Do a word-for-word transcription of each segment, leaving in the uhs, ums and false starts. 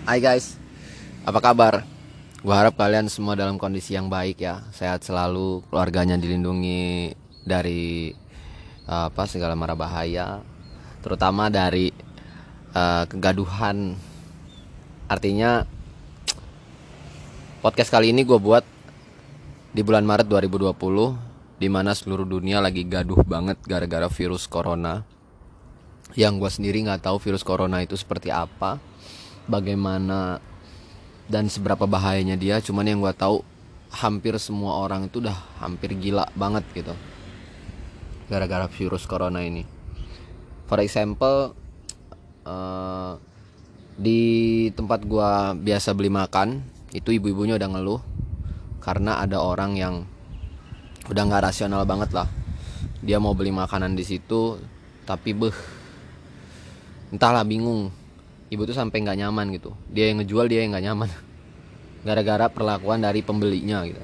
Hai guys, apa kabar? Gua harap kalian semua dalam kondisi yang baik ya, sehat selalu, keluarganya dilindungi dari eh, apa segala mara bahaya, terutama dari eh, kegaduhan. Artinya podcast kali ini gue buat di bulan Maret dua ribu dua puluh, di mana seluruh dunia lagi gaduh banget gara-gara virus corona. Yang gue sendiri nggak tahu virus corona itu seperti apa, bagaimana dan seberapa bahayanya dia. Cuman yang gue tahu hampir semua orang itu udah hampir gila banget gitu gara-gara virus corona ini. For example, eh, di tempat gue biasa beli makan itu ibu-ibunya udah ngeluh karena ada orang yang udah nggak rasional banget lah. Dia mau beli makanan di situ, tapi beh, entahlah, bingung. Ibu tuh sampai nggak nyaman gitu. Dia yang ngejual, dia yang nggak nyaman gara-gara perlakuan dari pembelinya gitu.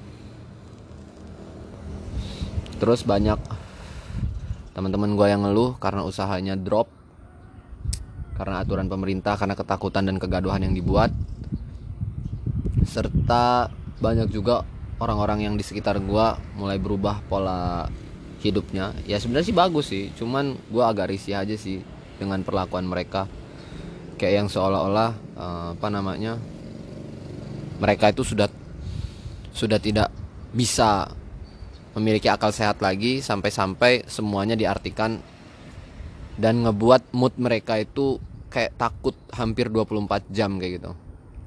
Terus banyak teman-teman gue yang ngeluh karena usahanya drop karena aturan pemerintah, karena ketakutan dan kegaduhan yang dibuat. Serta banyak juga orang-orang yang di sekitar gue mulai berubah pola hidupnya. Ya sebenarnya sih bagus sih, cuman gue agak risih aja sih dengan perlakuan mereka. Kayak yang seolah-olah uh, apa namanya mereka itu sudah sudah tidak bisa memiliki akal sehat lagi, sampai-sampai semuanya diartikan dan ngebuat mood mereka itu kayak takut hampir dua puluh empat jam kayak gitu.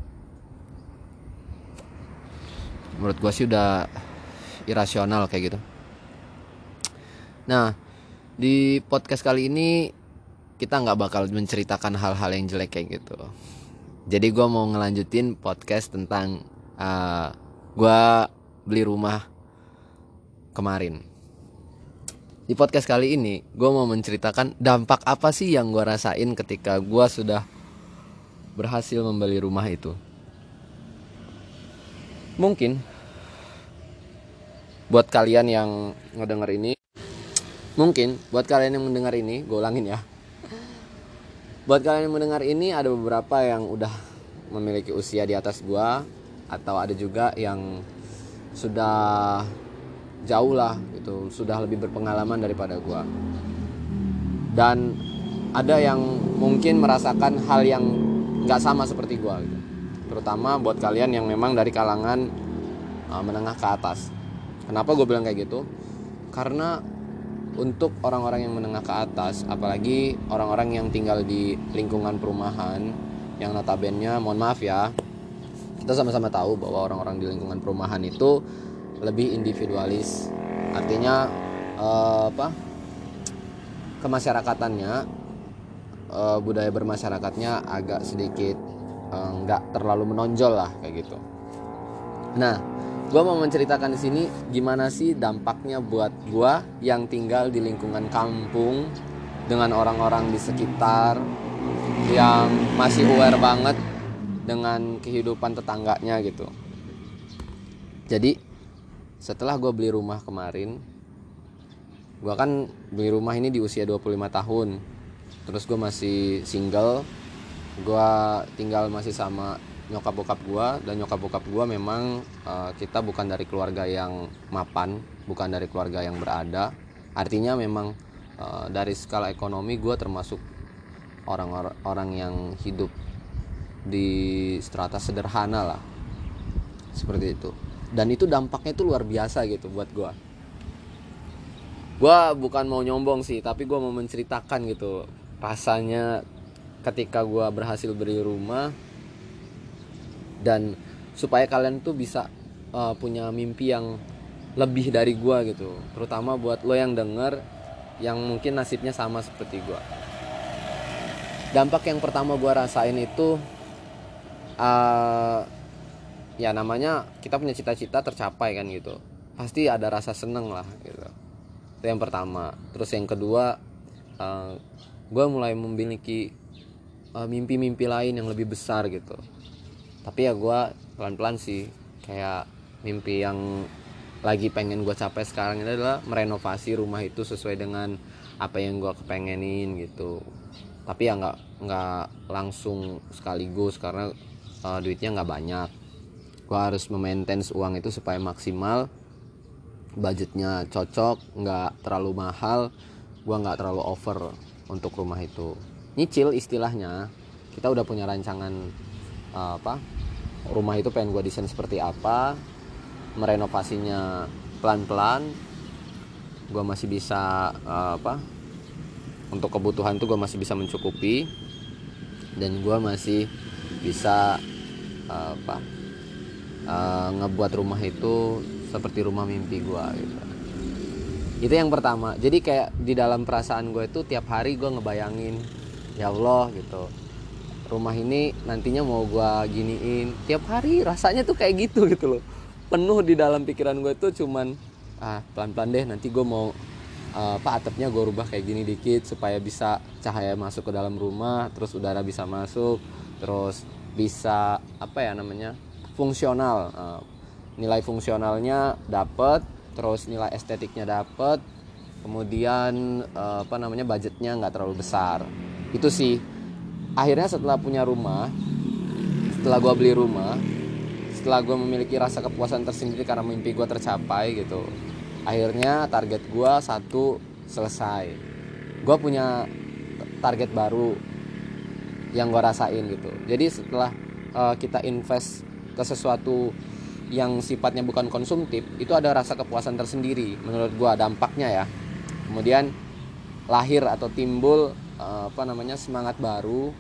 Menurut gue sih udah irasional kayak gitu. Nah, di podcast kali ini kita nggak bakal menceritakan hal-hal yang jelek kayak gitu. Jadi gue mau ngelanjutin podcast tentang uh, gue beli rumah kemarin. Di podcast kali ini gue mau menceritakan dampak apa sih yang gue rasain ketika gue sudah berhasil membeli rumah itu. Mungkin buat kalian yang ngedenger ini Mungkin buat kalian yang mendengar ini, gue ulangin ya. Buat kalian yang mendengar ini, ada beberapa yang udah memiliki usia di atas gue, atau ada juga yang sudah jauh lah gitu, sudah lebih berpengalaman daripada gue. Dan ada yang mungkin merasakan hal yang gak sama seperti gue gitu. Terutama buat kalian yang memang dari kalangan uh, menengah ke atas. Kenapa gue bilang kayak gitu? Karena untuk orang-orang yang menengah ke atas, apalagi orang-orang yang tinggal di lingkungan perumahan, yang notabene, mohon maaf ya, kita sama-sama tahu bahwa orang-orang di lingkungan perumahan itu lebih individualis. Artinya eh, apa? Kemasyarakatannya, eh, budaya bermasyarakatnya agak sedikit eh, nggak terlalu menonjol lah kayak gitu. Nah, gue mau menceritakan di sini gimana sih dampaknya buat gue yang tinggal di lingkungan kampung dengan orang-orang di sekitar yang masih aware banget dengan kehidupan tetangganya gitu. Jadi setelah gue beli rumah kemarin, gue kan beli rumah ini di usia dua puluh lima tahun. Terus gue masih single, gue tinggal masih sama nyokap bokap gue, dan nyokap bokap gue memang uh, kita bukan dari keluarga yang mapan, bukan dari keluarga yang berada. Artinya memang uh, dari skala ekonomi gue termasuk orang-orang yang hidup di strata sederhana lah, seperti itu. Dan itu dampaknya itu luar biasa gitu buat gue. Gue bukan mau nyombong sih, tapi gue mau menceritakan gitu rasanya ketika gue berhasil beli rumah. Dan supaya kalian tuh bisa uh, punya mimpi yang lebih dari gue gitu. Terutama buat lo yang denger, yang mungkin nasibnya sama seperti gue. Dampak yang pertama gue rasain itu uh, ya namanya kita punya cita-cita tercapai kan gitu. Pasti ada rasa seneng lah gitu. Itu yang pertama. Terus yang kedua, uh, gue mulai memiliki uh, mimpi-mimpi lain yang lebih besar gitu. Tapi ya gue pelan-pelan sih, kayak mimpi yang lagi pengen gue capai sekarang ini adalah merenovasi rumah itu sesuai dengan apa yang gue kepengenin gitu. tapi ya nggak nggak langsung sekaligus karena uh, duitnya nggak banyak. Gue harus memaintain uang itu supaya maksimal, budgetnya cocok, nggak terlalu mahal, gue nggak terlalu over untuk rumah itu. Nyicil istilahnya, kita udah punya rancangan uh, apa rumah itu pengen gue desain seperti apa, merenovasinya pelan-pelan, gue masih bisa uh, apa untuk kebutuhan tuh gue masih bisa mencukupi, dan gue masih bisa uh, apa uh, ngebuat rumah itu seperti rumah mimpi gue gitu. Itu yang pertama. Jadi kayak di dalam perasaan gue itu tiap hari gue ngebayangin, ya Allah gitu, rumah ini nantinya mau gue giniin. Tiap hari rasanya tuh kayak gitu gitu loh. Penuh di dalam pikiran gue tuh cuman ah pelan-pelan deh nanti gue mau uh, apa atapnya gue rubah kayak gini dikit supaya bisa cahaya masuk ke dalam rumah, terus udara bisa masuk, terus bisa apa ya namanya fungsional, uh, nilai fungsionalnya dapet, terus nilai estetiknya dapet, kemudian uh, apa namanya budgetnya nggak terlalu besar. Itu sih akhirnya setelah punya rumah, setelah gue beli rumah, setelah gue memiliki rasa kepuasan tersendiri karena mimpi gue tercapai gitu, akhirnya target gue satu selesai. Gue punya target baru yang gue rasain gitu. Jadi setelah uh, kita invest ke sesuatu yang sifatnya bukan konsumtif, itu ada rasa kepuasan tersendiri menurut gue dampaknya ya. Kemudian lahir atau timbul uh, apa namanya semangat baru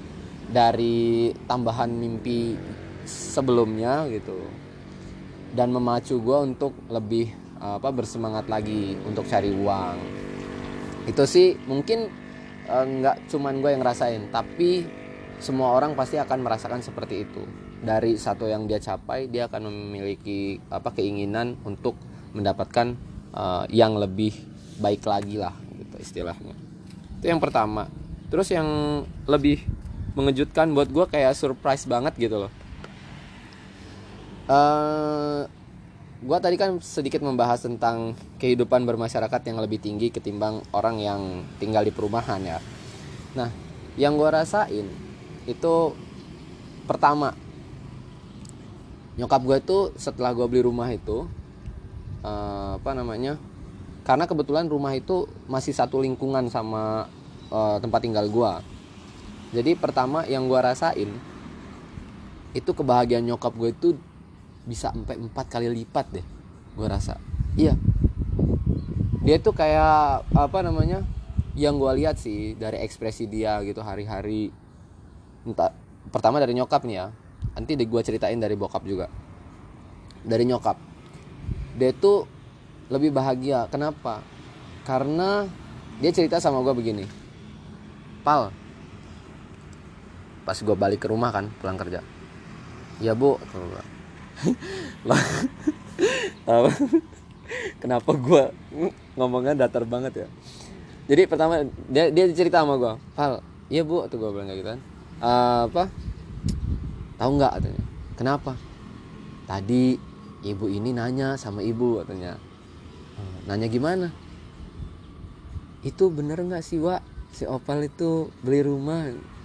dari tambahan mimpi sebelumnya gitu, dan memacu gue untuk lebih apa bersemangat lagi untuk cari uang. Itu sih mungkin nggak e, cuman gue yang ngerasain, tapi semua orang pasti akan merasakan seperti itu. Dari satu yang dia capai, dia akan memiliki apa keinginan untuk mendapatkan e, yang lebih baik lagi lah gitu istilahnya. Itu yang pertama. Terus yang lebih mengejutkan buat gue, kayak surprise banget gitu loh. Uh, gue tadi kan sedikit membahas tentang kehidupan bermasyarakat yang lebih tinggi ketimbang orang yang tinggal di perumahan ya. Nah, yang gue rasain itu pertama, nyokap gue tuh setelah gue beli rumah itu uh, apa namanya, karena kebetulan rumah itu masih satu lingkungan sama uh, tempat tinggal gue. Jadi pertama yang gue rasain itu kebahagiaan nyokap gue itu bisa sampai empat kali lipat deh, gue rasa. Iya, dia tuh kayak apa namanya, yang gue lihat sih dari ekspresi dia gitu hari-hari. Entah, pertama dari nyokap nih ya, nanti deh gue ceritain dari bokap juga. Dari nyokap, dia tuh lebih bahagia. Kenapa? Karena dia cerita sama gue begini, Pal, pas gue balik ke rumah kan pulang kerja, ya bu, kenapa gue ngomongnya datar banget ya. Jadi pertama dia dia cerita sama gue, Pal, iya bu, tuh gue bilang kayak gitu kan. Uh, apa? Tahu nggak katanya? Kenapa? Tadi ibu ini nanya sama ibu katanya. Nanya gimana? Itu bener nggak sih Wak, si Opal itu beli rumah?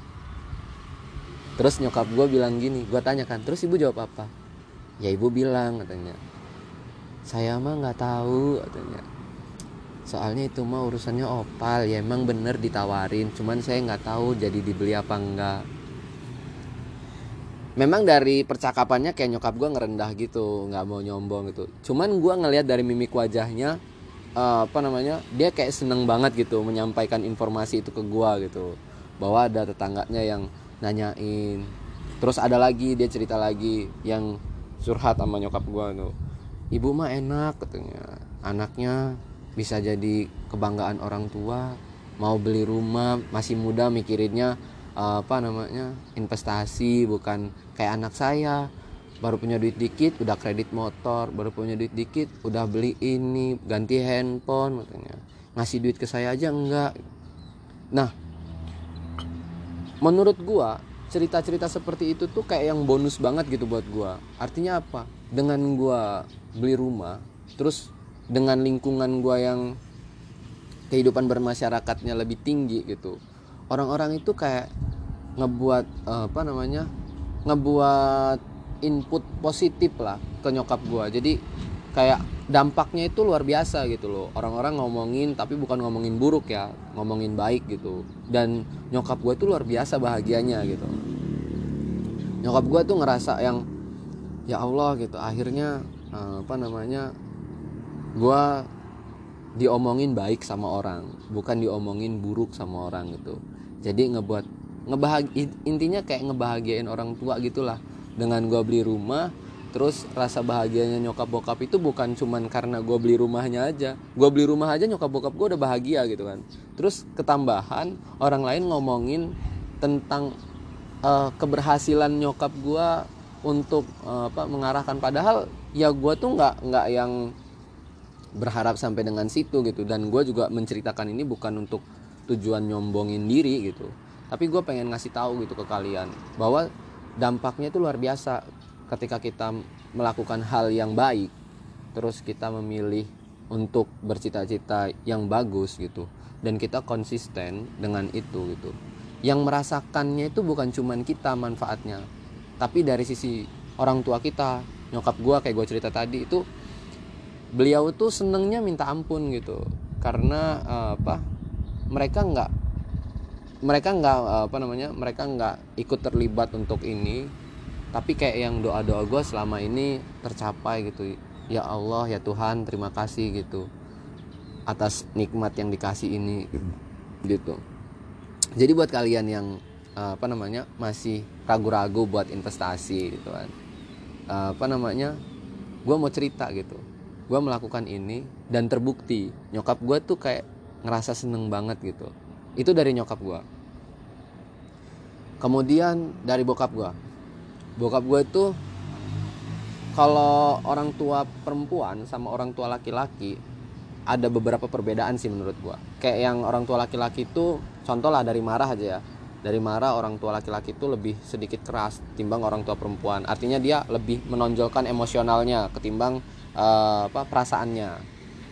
Terus nyokap gue bilang gini, gue tanya kan, terus ibu jawab apa? Ya ibu bilang katanya, saya mah nggak tahu katanya, soalnya itu mah urusannya Opal. Ya emang bener ditawarin, cuman saya nggak tahu jadi dibeli apa enggak. Memang dari percakapannya kayak nyokap gue ngerendah gitu, nggak mau nyombong gitu. Cuman gue ngelihat dari mimik wajahnya, uh, apa namanya, dia kayak seneng banget gitu menyampaikan informasi itu ke gue gitu, bahwa ada tetangganya yang nanyain. Terus ada lagi dia cerita lagi yang curhat sama nyokap gue tuh, ibu mah enak katanya, anaknya bisa jadi kebanggaan orang tua, mau beli rumah masih muda mikirinnya uh, apa namanya investasi, bukan kayak anak saya baru punya duit dikit udah kredit motor, baru punya duit dikit udah beli ini, ganti handphone katanya, ngasih duit ke saya aja enggak. Nah, menurut gue cerita-cerita seperti itu tuh kayak yang bonus banget gitu buat gue. Artinya apa? Dengan gue beli rumah, terus dengan lingkungan gue yang kehidupan bermasyarakatnya lebih tinggi gitu, orang-orang itu kayak ngebuat uh, apa namanya ngebuat input positif lah ke nyokap gue. Jadi kayak dampaknya itu luar biasa gitu loh. Orang-orang ngomongin tapi bukan ngomongin buruk ya, ngomongin baik gitu. Dan nyokap gue tuh luar biasa bahagianya gitu. Nyokap gue tuh ngerasa yang ya Allah gitu, akhirnya uh, apa namanya gue diomongin baik sama orang, bukan diomongin buruk sama orang gitu. Jadi ngebuat ngebahagi intinya kayak ngebahagiain orang tua gitulah. Dengan gue beli rumah, terus rasa bahagianya nyokap bokap itu bukan cuman karena gue beli rumahnya aja. Gue beli rumah aja nyokap bokap gue udah bahagia gitu kan. Terus ketambahan orang lain ngomongin tentang uh, keberhasilan nyokap gue untuk uh, apa mengarahkan, padahal ya gue tuh nggak nggak yang berharap sampai dengan situ gitu. Dan gue juga menceritakan ini bukan untuk tujuan nyombongin diri gitu, tapi gue pengen ngasih tahu gitu ke kalian bahwa dampaknya itu luar biasa ketika kita melakukan hal yang baik, terus kita memilih untuk bercita-cita yang bagus gitu, dan kita konsisten dengan itu gitu. Yang merasakannya itu bukan cuman kita manfaatnya, tapi dari sisi orang tua kita. Nyokap gue kayak gue cerita tadi itu, beliau tuh senengnya minta ampun gitu, karena uh, apa mereka nggak mereka nggak apa namanya mereka nggak ikut terlibat untuk ini, tapi kayak yang doa-doa gue selama ini tercapai gitu. Ya Allah, ya Tuhan, terima kasih gitu atas nikmat yang dikasih ini gitu. Jadi buat kalian yang uh, apa namanya masih ragu-ragu buat investasi gitu kan, uh, apa namanya gue mau cerita gitu, gue melakukan ini dan terbukti nyokap gue tuh kayak ngerasa seneng banget gitu. Itu dari nyokap gue. Kemudian dari bokap gue. Bokap gue tuh, kalau orang tua perempuan sama orang tua laki-laki ada beberapa perbedaan sih menurut gue. Kayak yang orang tua laki-laki itu, contoh lah dari marah aja ya. Dari marah orang tua laki-laki itu lebih sedikit keras timbang orang tua perempuan. Artinya dia lebih menonjolkan emosionalnya ketimbang uh, apa perasaannya.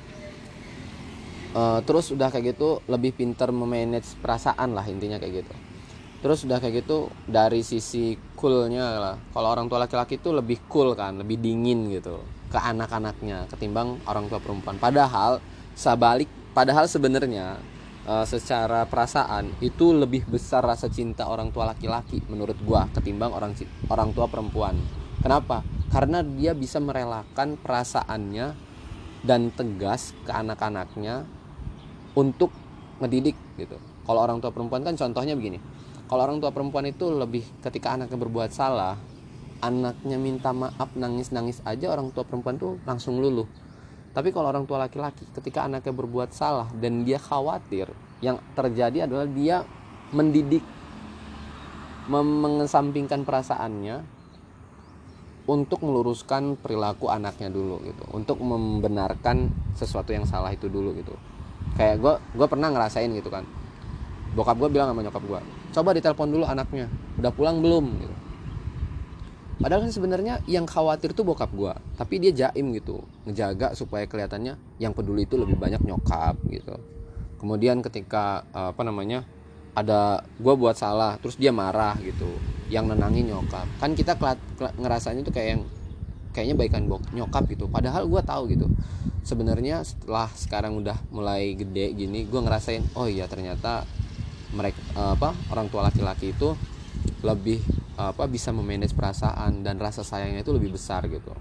Uh, terus udah kayak gitu lebih pintar memanage perasaan lah, intinya kayak gitu. Terus udah kayak gitu dari sisi coolnya lah, kalau orang tua laki-laki itu lebih cool kan, lebih dingin gitu ke anak-anaknya ketimbang orang tua perempuan. Padahal sebalik, padahal sebenarnya uh, secara perasaan itu lebih besar rasa cinta orang tua laki-laki menurut gua ketimbang orang orang tua perempuan. Kenapa? Karena dia bisa merelakan perasaannya dan tegas ke anak-anaknya untuk ngedidik gitu. Kalau orang tua perempuan kan contohnya begini. Kalau orang tua perempuan itu lebih ketika anaknya berbuat salah, anaknya minta maaf nangis-nangis aja orang tua perempuan tuh langsung luluh. Tapi kalau orang tua laki-laki ketika anaknya berbuat salah dan dia khawatir, yang terjadi adalah dia mendidik, mengesampingkan perasaannya untuk meluruskan perilaku anaknya dulu gitu, untuk membenarkan sesuatu yang salah itu dulu gitu. Kayak gue gue pernah ngerasain gitu kan, bokap gue bilang sama nyokap gue, coba ditelepon dulu anaknya, udah pulang belum gitu. Padahal kan sebenarnya yang khawatir tuh bokap gue, tapi dia jaim gitu, ngejaga supaya kelihatannya yang peduli itu lebih banyak nyokap gitu. Kemudian ketika apa namanya ada gue buat salah, terus dia marah gitu, yang nenangin nyokap. Kan kita kelat, kelat, ngerasanya tuh kayak yang kayaknya baikan bok nyokap gitu. Padahal gue tahu gitu, sebenarnya setelah sekarang udah mulai gede gini, gue ngerasain oh iya ternyata mereka apa orang tua laki-laki itu lebih apa bisa memanage perasaan dan rasa sayangnya itu lebih besar gitu.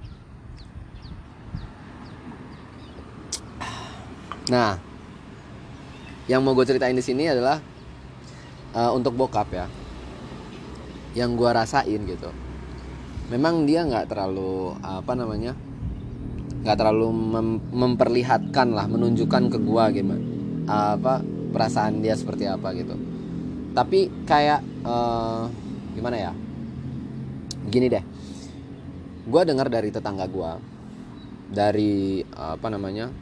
Nah, yang mau gue ceritain di sini adalah uh, untuk bokap ya, yang gue rasain gitu. Memang dia nggak terlalu apa namanya, nggak terlalu mem- memperlihatkan lah, menunjukkan ke gue gimana uh, apa perasaan dia seperti apa gitu. Tapi kayak uh, gimana ya? Gini deh, gue dengar dari tetangga gue, dari uh, apa namanya,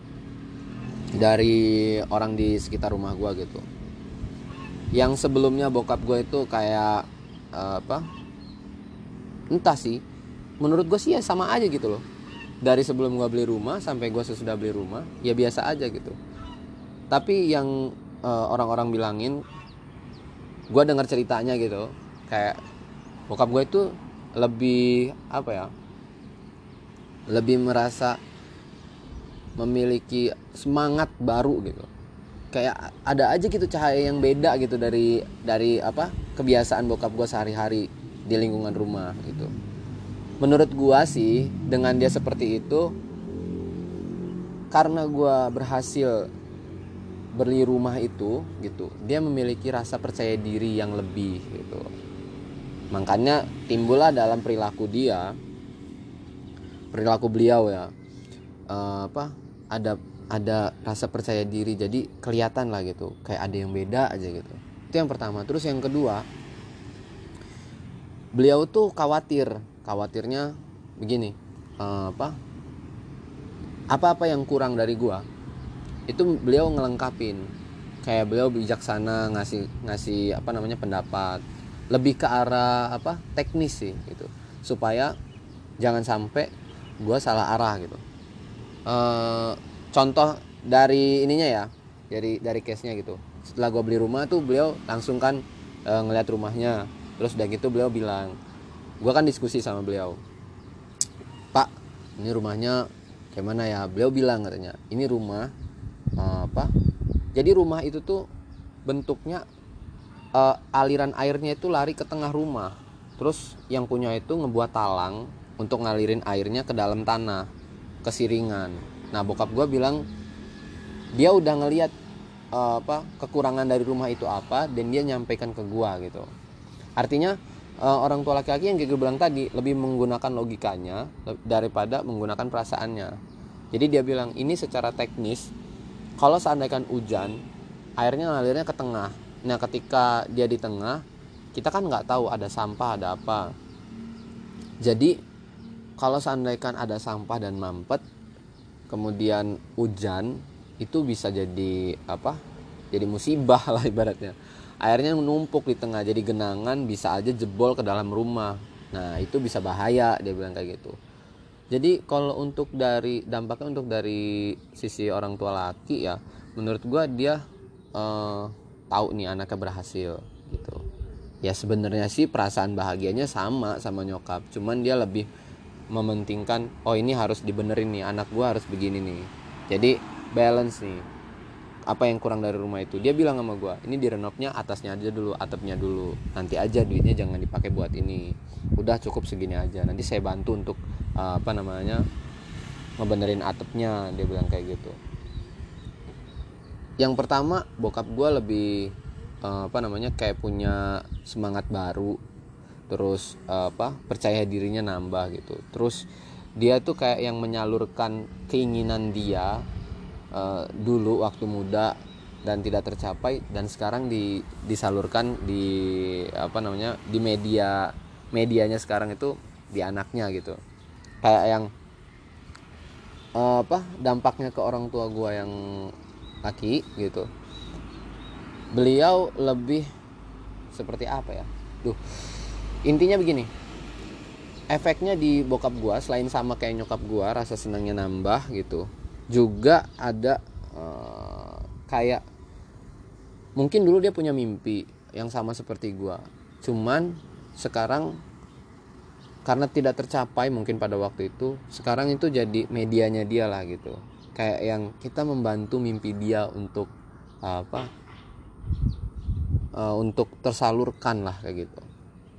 dari orang di sekitar rumah gue gitu, yang sebelumnya bokap gue itu kayak uh, apa? Entah sih, menurut gue sih ya sama aja gitu loh. Dari sebelum gue beli rumah sampai gue sesudah beli rumah, ya biasa aja gitu. Tapi yang uh, orang-orang bilangin gue dengar ceritanya gitu, kayak bokap gue itu lebih apa ya, lebih merasa memiliki semangat baru gitu, kayak ada aja gitu cahaya yang beda gitu dari dari apa kebiasaan bokap gue sehari-hari di lingkungan rumah gitu. Menurut gue sih dengan dia seperti itu, karena gue berhasil beli rumah itu gitu, dia memiliki rasa percaya diri yang lebih gitu. Makanya timbullah dalam perilaku dia, perilaku beliau ya, uh, apa ada ada rasa percaya diri, jadi kelihatan lah gitu, kayak ada yang beda aja gitu. Itu yang pertama. Terus yang kedua, beliau tuh khawatir, khawatirnya begini, uh, apa apa-apa yang kurang dari gua itu beliau ngelengkapin. Kayak beliau bijaksana ngasih ngasih apa namanya pendapat lebih ke arah apa teknis sih gitu, supaya jangan sampai gue salah arah gitu. E, contoh dari ininya ya, dari dari case nya gitu. Setelah gue beli rumah tuh beliau langsung kan e, ngeliat rumahnya, terus udah gitu beliau bilang, gue kan diskusi sama beliau, Pak ini rumahnya kayak mana ya? Beliau bilang katanya ini rumah apa, jadi rumah itu tuh bentuknya uh, aliran airnya itu lari ke tengah rumah, terus yang punya itu ngebuat talang untuk ngalirin airnya ke dalam tanah, ke siringan. Nah bokap gue bilang dia udah ngelihat uh, apa kekurangan dari rumah itu apa, dan dia nyampaikan ke gue gitu. Artinya uh, orang tua laki-laki yang gue bilang tadi lebih menggunakan logikanya daripada menggunakan perasaannya. Jadi dia bilang ini secara teknis, kalau seandainya hujan, airnya ngalirnya ke tengah. Nah ketika dia di tengah, kita kan nggak tahu ada sampah ada apa. Jadi kalau seandainya ada sampah dan mampet, kemudian hujan, itu bisa jadi apa? Jadi musibah lah ibaratnya. Airnya menumpuk di tengah, jadi genangan, bisa aja jebol ke dalam rumah. Nah itu bisa bahaya, dia bilang kayak gitu. Jadi kalau untuk dari dampaknya untuk dari sisi orang tua laki ya, menurut gue dia eh, tahu nih anaknya berhasil gitu. Ya sebenarnya sih perasaan bahagianya sama sama nyokap, cuman dia lebih mementingkan oh ini harus dibenerin nih, anak gue harus begini nih. Jadi balance nih. Apa yang kurang dari rumah itu, dia bilang sama gue, ini direnovnya atasnya aja dulu, atapnya dulu, nanti aja duitnya jangan dipakai buat ini, udah cukup segini aja, nanti saya bantu untuk uh, apa namanya ngebenerin atapnya, dia bilang kayak gitu. Yang pertama bokap gue lebih uh, apa namanya kayak punya semangat baru, terus uh, apa percaya dirinya nambah gitu. Terus dia tuh kayak yang menyalurkan keinginan dia Uh, dulu waktu muda dan tidak tercapai, dan sekarang di, disalurkan di apa namanya di media medianya sekarang itu di anaknya gitu. Kayak yang uh, apa dampaknya ke orang tua gue yang laki gitu, beliau lebih seperti apa ya, duh intinya begini, efeknya di bokap gue selain sama kayak nyokap gue rasa senangnya nambah gitu, juga ada uh, kayak mungkin dulu dia punya mimpi yang sama seperti gue, cuman sekarang karena tidak tercapai mungkin pada waktu itu, sekarang itu jadi medianya dia lah gitu, kayak yang kita membantu mimpi dia untuk uh, apa uh, untuk tersalurkan lah kayak gitu.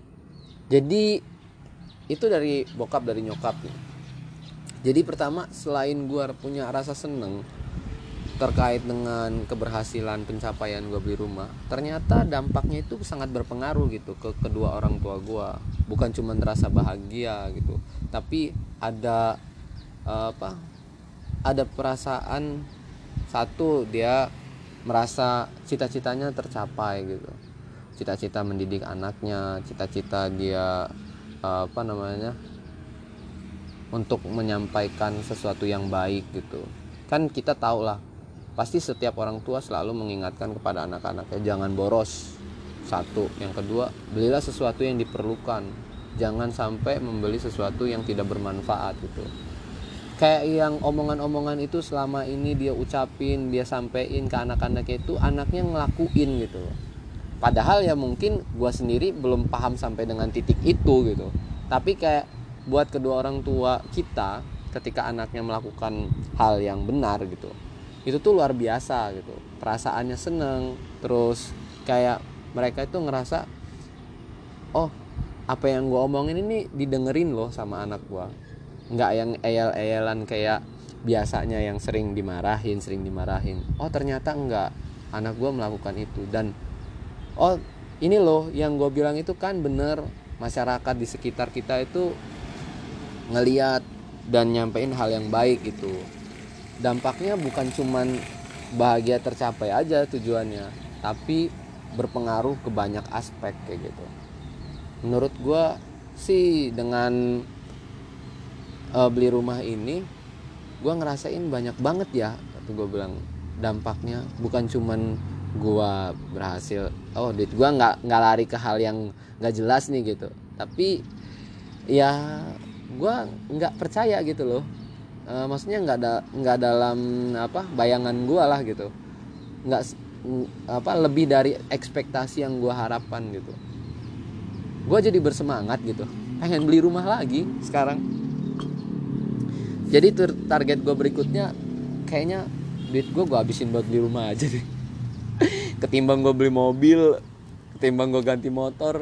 Jadi itu dari bokap dari nyokap nih. Jadi pertama selain gue punya rasa seneng terkait dengan keberhasilan pencapaian gue beli rumah, ternyata dampaknya itu sangat berpengaruh gitu ke kedua orang tua gue. Bukan cuma rasa bahagia gitu, tapi ada apa? Ada perasaan satu, dia merasa cita-citanya tercapai gitu. Cita-cita mendidik anaknya, cita-cita dia apa namanya? untuk menyampaikan sesuatu yang baik gitu. Kan kita tahu lah, pasti setiap orang tua selalu mengingatkan kepada anak-anaknya jangan boros. Satu, yang kedua, belilah sesuatu yang diperlukan. Jangan sampai membeli sesuatu yang tidak bermanfaat gitu. Kayak yang omongan-omongan itu selama ini dia ucapin, dia sampein ke anak-anaknya itu, anaknya ngelakuin gitu. Padahal ya mungkin gue sendiri belum paham sampai dengan titik itu gitu. Tapi kayak buat kedua orang tua kita, ketika anaknya melakukan hal yang benar gitu, itu tuh luar biasa gitu. Perasaannya seneng. Terus kayak mereka itu ngerasa, oh apa yang gue omongin ini didengerin loh sama anak gue. Nggak yang eyel-eyelan kayak biasanya yang sering dimarahin, sering dimarahin. Oh ternyata enggak, anak gue melakukan itu. Dan oh ini loh yang gue bilang itu kan bener. Masyarakat di sekitar kita itu ngeliat dan nyampein hal yang baik gitu. Dampaknya bukan cuman bahagia tercapai aja tujuannya, tapi berpengaruh ke banyak aspek kayak gitu. Menurut gue sih dengan uh, beli rumah ini, gue ngerasain banyak banget ya. Gue bilang dampaknya bukan cuman gue berhasil, oh duit gue nggak nggak lari ke hal yang nggak jelas nih gitu. Tapi ya gue nggak percaya gitu loh. E, maksudnya nggak ada nggak dalam apa bayangan gue lah gitu. Nggak apa lebih dari ekspektasi yang gue harapkan gitu. Gue jadi bersemangat gitu, pengen beli rumah lagi sekarang. Jadi target gue berikutnya kayaknya duit gue gue habisin buat beli rumah aja deh. Ketimbang gue beli mobil, ketimbang gue ganti motor.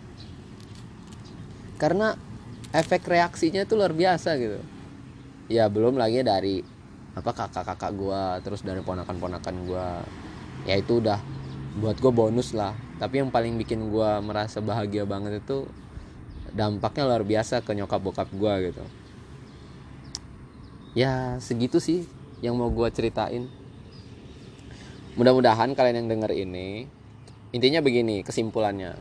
Karena efek reaksinya itu luar biasa gitu. Ya belum lagi dari apa kakak-kakak gue, terus dari ponakan-ponakan gue. Ya itu udah buat gue bonus lah. Tapi yang paling bikin gue merasa bahagia banget itu dampaknya luar biasa ke nyokap bokap gue gitu. Ya segitu sih yang mau gue ceritain. Mudah-mudahan kalian yang denger ini, intinya begini kesimpulannya.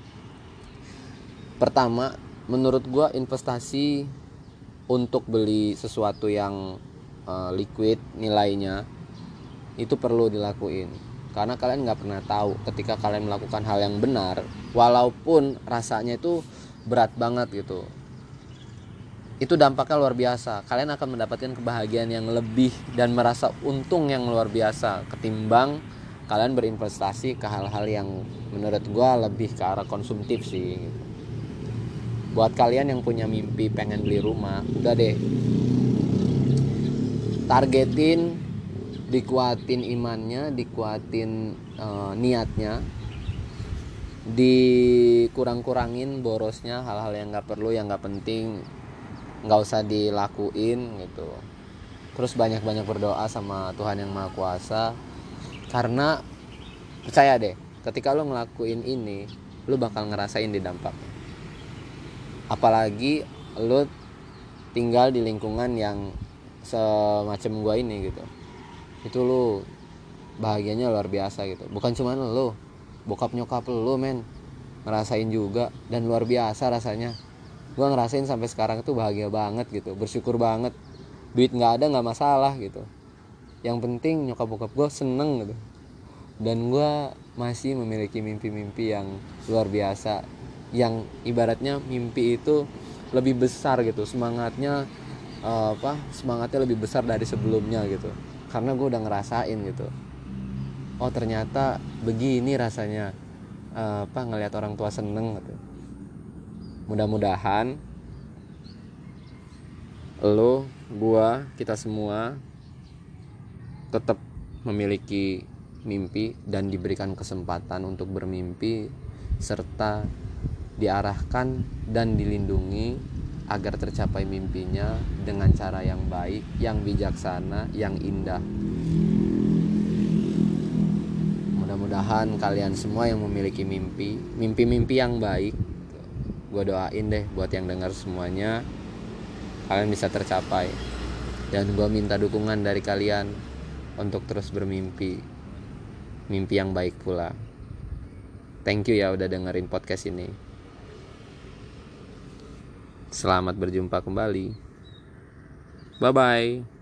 Pertama, menurut gue investasi untuk beli sesuatu yang uh, liquid nilainya itu perlu dilakuin. Karena kalian gak pernah tahu ketika kalian melakukan hal yang benar, walaupun rasanya itu berat banget gitu, itu dampaknya luar biasa. Kalian akan mendapatkan kebahagiaan yang lebih dan merasa untung yang luar biasa ketimbang kalian berinvestasi ke hal-hal yang menurut gue lebih ke arah konsumtif sih gitu. Buat kalian yang punya mimpi pengen beli rumah, udah deh targetin, dikuatin imannya, dikuatin uh, niatnya, dikurang-kurangin borosnya, hal-hal yang gak perlu, yang gak penting nggak usah dilakuin gitu. Terus banyak-banyak berdoa sama Tuhan yang Maha Kuasa, karena percaya deh ketika lo ngelakuin ini lo bakal ngerasain di dampaknya. Apalagi lo tinggal di lingkungan yang semacam gua ini gitu, itu lo bahagianya luar biasa gitu. Bukan cuma lo, bokap nyokap lo men ngerasain juga, dan luar biasa rasanya. Gue ngerasain sampai sekarang tuh bahagia banget gitu, bersyukur banget. Duit nggak ada nggak masalah gitu, yang penting nyokap bokap gue seneng gitu. Dan gue masih memiliki mimpi-mimpi yang luar biasa, yang ibaratnya mimpi itu lebih besar gitu, semangatnya uh, apa semangatnya lebih besar dari sebelumnya gitu, karena gue udah ngerasain gitu. Oh ternyata begini rasanya uh, apa ngelihat orang tua seneng gitu. Mudah-mudahan lo, gua, kita semua tetap memiliki mimpi dan diberikan kesempatan untuk bermimpi, serta diarahkan dan dilindungi agar tercapai mimpinya dengan cara yang baik, yang bijaksana, yang indah. Mudah-mudahan kalian semua yang memiliki mimpi, mimpi-mimpi yang baik, gue doain deh buat yang dengar semuanya, kalian bisa tercapai. Dan gue minta dukungan dari kalian untuk terus bermimpi, mimpi yang baik pula. Thank you ya udah dengerin podcast ini. Selamat berjumpa kembali. Bye bye.